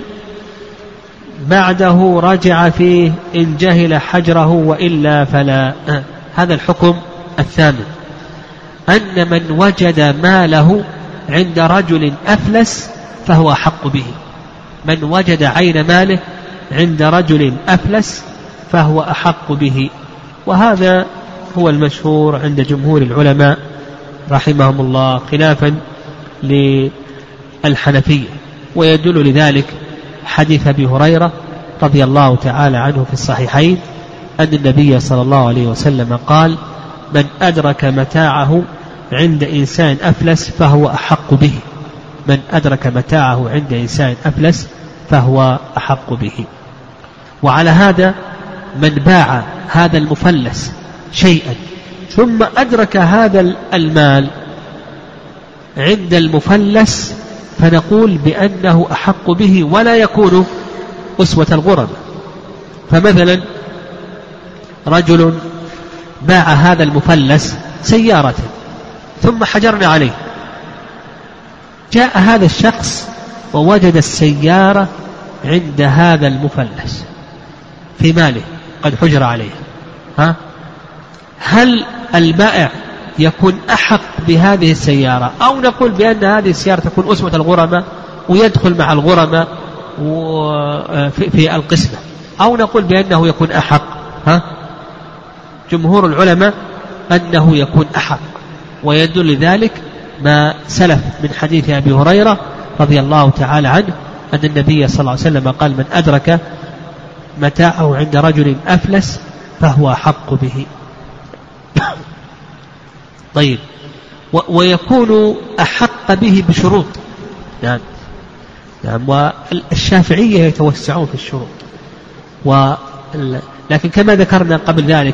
بعده رجع فيه إن جهل حجره وإلا فلا. هذا الحكم الثامن، أن من وجد ماله عند رجل أفلس فهو أحق به. من وجد عين ماله عند رجل أفلس فهو أحق به. وهذا هو المشهور عند جمهور العلماء رحمهم الله، خلافا للحنفية. ويدل لذلك حديث أبي هريرة رضي الله تعالى عنه في الصحيحين أن النبي صلى الله عليه وسلم قال: من أدرك متاعه عند إنسان أفلس فهو أحق به. من أدرك متاعه عند إنسان أفلس فهو أحق به. وعلى هذا من باع هذا المفلس شيئا ثم أدرك هذا المال عند المفلس فنقول بأنه أحق به ولا يكون أسوة الغرباء. فمثلا رجل باع هذا المفلس سيارة ثم حجرنا عليه، جاء هذا الشخص ووجد السيارة عند هذا المفلس في ماله قد حجر عليه، هل البائع يكون أحق بهذه السيارة، أو نقول بأن هذه السيارة تكون أسوة الغرماء ويدخل مع الغرماء في القسمة، أو نقول بأنه يكون أحق؟ جمهور العلماء أنه يكون أحق، ويدل ذلك ما سلف من حديث أبي هريرة رضي الله تعالى عنه أن النبي صلى الله عليه وسلم قال: من أدرك متاعه عند رجل أفلس فهو أحق به. طيب، ويكون أحق به بشروط. نعم، والشافعية يتوسعون في الشروط، لكن كما ذكرنا قبل ذلك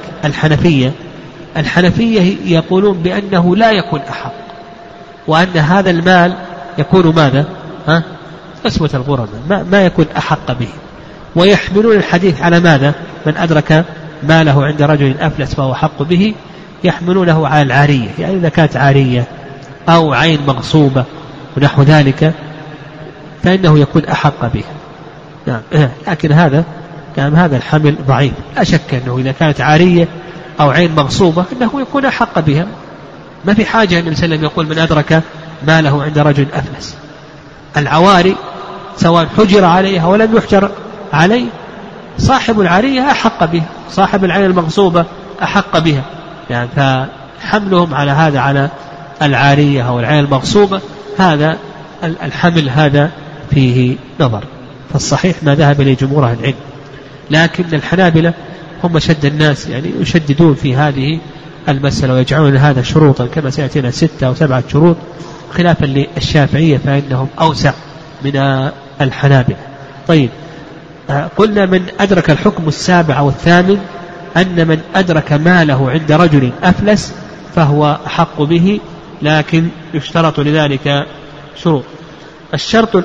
الحنفية يقولون بأنه لا يكون أحق، وأن هذا المال يكون ماذا؟ أسوة الغرماء، ما يكون أحق به، ويحملون الحديث على ماذا؟ من أدرك ماله عند رجل أفلس فهو أحق به، يحملونه على العارية، يعني إذا كانت عارية أو عين مغصوبة ونحو ذلك فإنه يكون أحق به. نعم، لكن هذا الحمل ضعيف، لا شك أنه إذا كانت عارية أو عين مغصوبة أنه يكون أحق بها، ما في حاجة أن الإنسان يقول من أدرك ماله عند رجل أفلس. العواري سواء حجر عليها ولم يحجر عليه، صاحب العارية أحق بها، صاحب العين المغصوبة أحق بها، يعني فحملهم على هذا على العارية أو العين المغصوبة هذا الحمل هذا فيه نظر، فالصحيح ما ذهب إليه جمهور أهل العلم. لكن الحنابلة هم شد الناس، يعني يشددون في هذه المسألة ويجعلون هذا شروطا كما سيأتينا 6 أو 7 شروط، خلافا للشافعية فإنهم أوسع من الحنابلة. طيب، قلنا من أدرك الحكم 7 أو 8 أن من أدرك ماله عند رجل أفلس فهو أحق به، لكن يشترط لذلك شروط. الشرط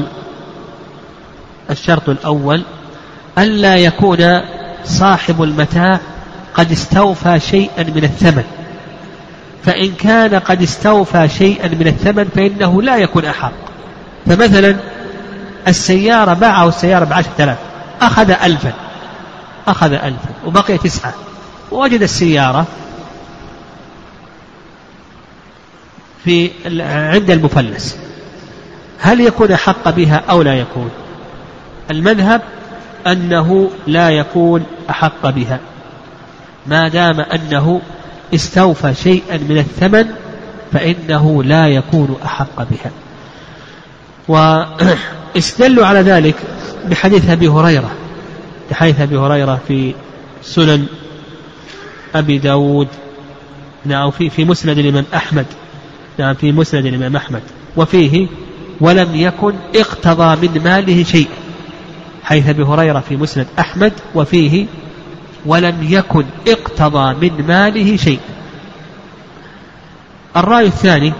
الأول ألا يكون صاحب المتاع قد استوفى شيئا من الثمن، فإن كان قد استوفى شيئا من الثمن فإنه لا يكون أحق. فمثلا السيارة باعه السيارة ب10,000، أخذ 1000 وبقي 9، ووجد السيارة عند المفلس، هل يكون أحق بها أو لا يكون؟ المذهب أنه لا يكون أحق بها ما دام أنه استوفى شيئا من الثمن، فإنه لا يكون أحق بها. واستدلوا على ذلك بحديث أبي هريرة في سنن أبي داود، في مسند الإمام أحمد، في مسند الإمام أحمد، وفيه ولم يكن اقتضى من ماله شيء. حيث أبي هريرة في مسند أحمد وفيه ولم يكن اقتضى من ماله شيء. الرأي الثاني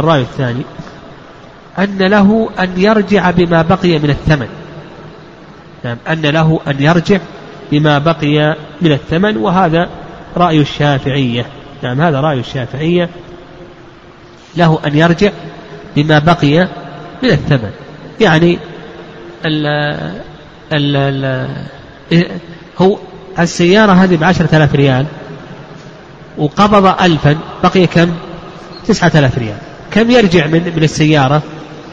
أن له أن يرجع بما بقي من الثمن، أن له أن يرجع بما بقي من الثمن، وهذا رأي الشافعية. هذا رأي الشافعية، له أن يرجع بما بقي من الثمن. يعني هو السيارة هذه ب10,000 ريال وقبض 1000، بقي كم؟ 9,000 ريال. كم يرجع من السيارة؟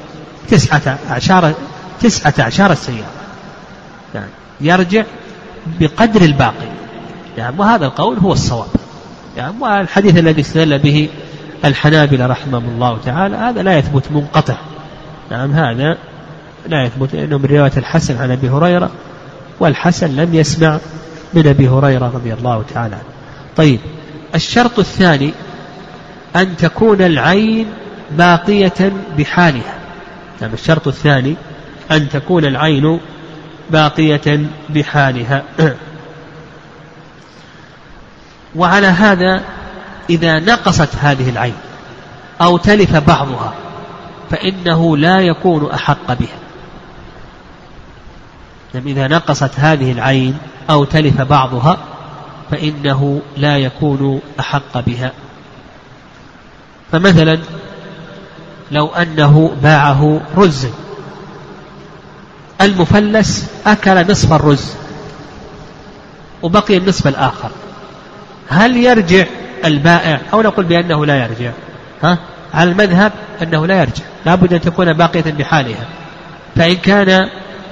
19 السيارة، يرجع بقدر الباقي، وهذا القول هو الصواب. والحديث الذي استدل به الحنابلة رحمهم الله تعالى هذا لا يثبت منقطع، هذا لا يثبت لأنه من رواية الحسن عن أبي هريرة، والحسن لم يسمع من أبي هريرة رضي الله تعالى عنه. طيب، الشرط الثاني أن تكون العين باقية بحالها. يعني الشرط الثاني أن تكون العين باقية بحالها. وعلى هذا إذا نقصت هذه العين أو تلف بعضها فإنه لا يكون أحق بها. إذا نقصت هذه العين أو تلف بعضها فإنه لا يكون أحق بها. فمثلا لو أنه باعه رز، المفلس أكل نصف الرز وبقي النصف الآخر، هل يرجع البائع أو نقول بأنه لا يرجع؟ على المذهب أنه لا يرجع، لابد أن تكون باقية بحالها. فإن كان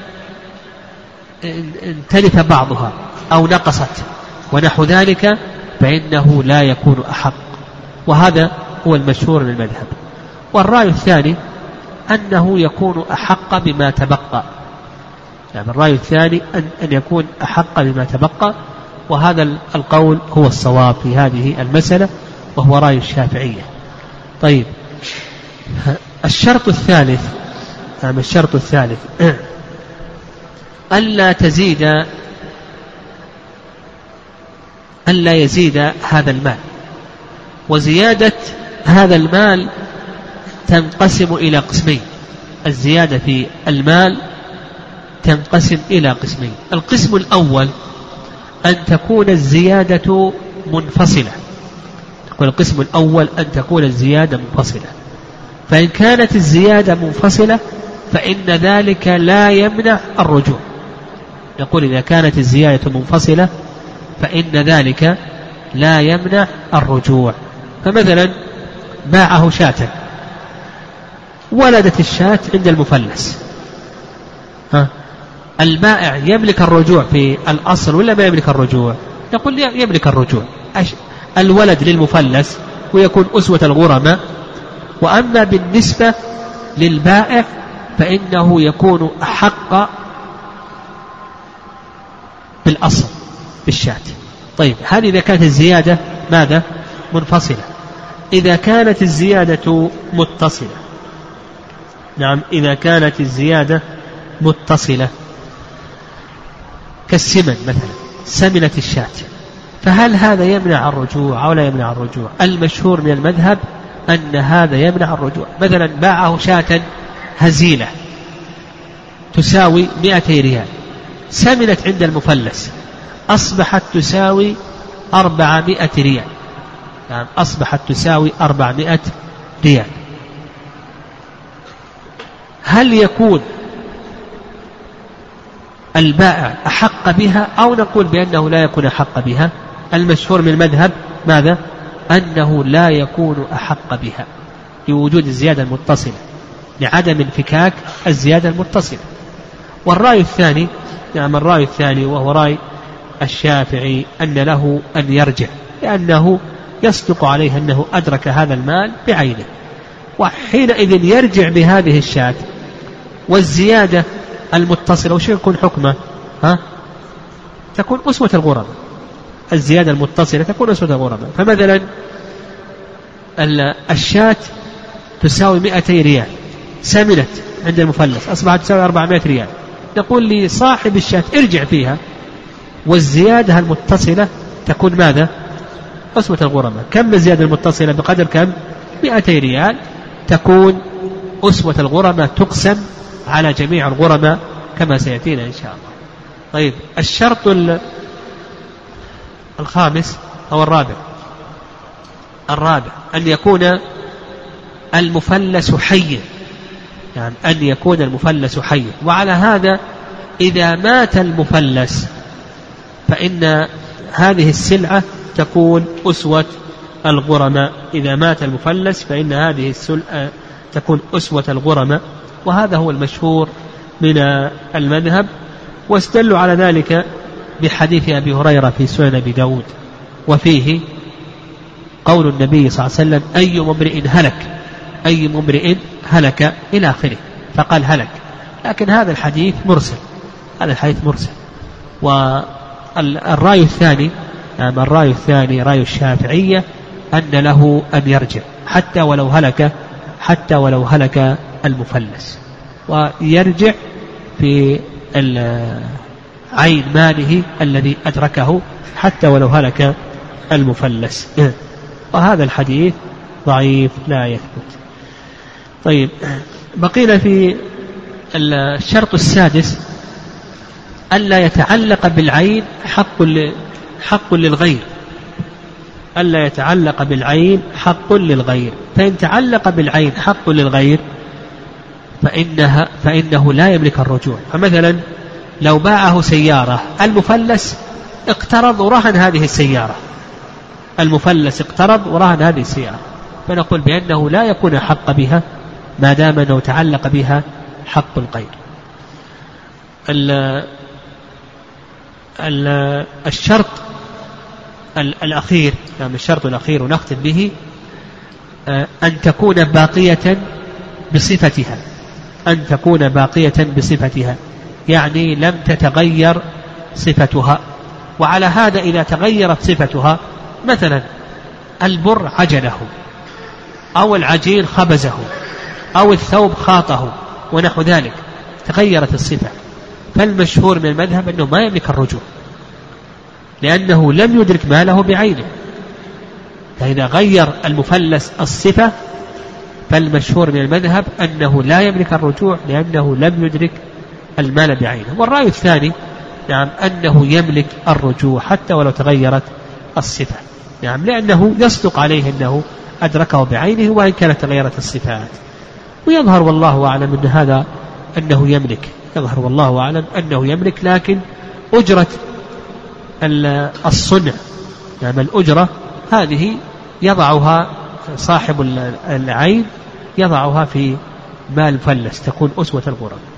تلف بعضها أو نقصت ونحو ذلك فإنه لا يكون أحق، وهذا هو المشهور من المذهب. والرأي الثاني أنه يكون أحق بما تبقى، يعني الرأي الثاني أن يكون أحق بما تبقى، وهذا القول هو الصواب في هذه المسألة، وهو رأي الشافعية. طيب، الشرط الثالث ألا يزيد هذا المال. وزيادة هذا المال تنقسم إلى قسمين. الزيادة في المال تنقسم إلى قسمين. القسم الأول أن تكون الزيادة منفصلة. والقسم الأول أن تكون الزيادة منفصلة، فإن كانت الزيادة منفصلة فإن ذلك لا يمنع الرجوع. نقول إذا كانت الزيادة منفصلة فإن ذلك لا يمنع الرجوع. فمثلا باعه شاة، ولدت الشاة عند المفلس، البائع يملك الرجوع في الأصل ولا ما يملك الرجوع؟ نقول يملك الرجوع. الولد للمفلس ويكون أسوة الغرماء، وأما بالنسبة للبائع فإنه يكون أحق بالأصل بالشاة. طيب، هذه إذا كانت الزيادة ماذا؟ منفصلة. إذا كانت الزيادة متصلة، نعم، إذا كانت الزيادة متصلة كالسمن مثلا، سمنت الشاة، فهل هذا يمنع الرجوع أو لا يمنع الرجوع؟ المشهور من المذهب أن هذا يمنع الرجوع. مثلا باعه شاة هزيلة تساوي 200 ريال، سمنت عند المفلس، أصبحت تساوي 400 ريال، يعني أصبحت تساوي 400 ريال. هل يكون البائع أحق بها أو نقول بأنه لا يكون أحق بها؟ المشهور من المذهب ماذا؟ أنه لا يكون أحق بها لوجود الزيادة المتصلة، لعدم انفكاك الزيادة المتصلة. والرأي الثاني، نعم، الرأي الثاني وهو رأي الشافعي أن له أن يرجع، لأنه يصدق عليه أنه أدرك هذا المال بعينه، وحينئذ يرجع بهذه الشاة. والزيادة المتصلة وش يكون حكمه؟ تكون أسوة الغرماء. الزيادة المتصلة تكون أسوة الغرماء. فمثلا الشاة تساوي 200 ريال، سمنت عند المفلس، أصبحت تساوي 400 ريال، نقول لصاحب الشاة ارجع فيها، والزيادة المتصلة تكون ماذا؟ أسوة الغرماء. كم الزيادة المتصلة؟ بقدر كم؟ 200 ريال، تكون أسوة الغرماء، تقسم على جميع الغرماء كما سيأتينا إن شاء الله. طيب، الشرط الخامس أو الرابع أن يكون المفلس حيا، يعني أن يكون المفلس حيا. وعلى هذا إذا مات المفلس فإن هذه السلعة تكون أسوة الغرماء. إذا مات المفلس فإن هذه السلعة تكون أسوة الغرماء، وهذا هو المشهور من المذهب. واستدلوا على ذلك بحديث أبي هريرة في سنن أبي داود، وفيه قول النبي صلى الله عليه وسلم: أي ممرئ هلك إلى آخره، فقال هلك، لكن هذا الحديث مرسل، هذا الحديث مرسل. والرأي الثاني، يعني الرأي الثاني رأي الشافعية أن له أن يرجع حتى ولو هلك المفلس، ويرجع في عين ماله الذي أدركه حتى ولو هلك المفلس. وهذا الحديث ضعيف لا يثبت. طيب، بقينا في الشرط السادس ألا يتعلق بالعين حق للغير، ألا يتعلق بالعين حق للغير. فإن تعلق بالعين حق للغير فإنه لا يملك الرجوع. فمثلا لو باعه سيارة، المفلس اقترض ورهن هذه السيارة، فنقول بأنه لا يكون حق بها ما دام أنه تعلق بها حق الغير. الشرط الأخير، يعني الشرط الأخير ونختم به، أن تكون باقية بصفتها، يعني لم تتغير صفتها. وعلى هذا إذا تغيرت صفتها، مثلا البر عجنه، أو العجين خبزه، أو الثوب خاطه ونحو ذلك، تغيرت الصفة، فالمشهور من المذهب أنه ما يملك الرجوع، لأنه لم يدرك ماله بعينه. فإذا غير المفلس الصفة فالمشهور من المذهب أنه لا يملك الرجوع، لأنه لم يدرك المال بعينه. والرأي الثاني نعم أنه يملك الرجوع حتى ولو تغيرت الصفة، نعم، لأنه يصدق عليه أنه أدركه بعينه وإن كانت تغيرت الصفات. ويظهر والله أعلم أن هذا أنه يملك، لكن أجرة الصنع، نعم، الأجرة هذه يضعها صاحب العين، يضعها في مال مفلس، تكون أسوة الغرب.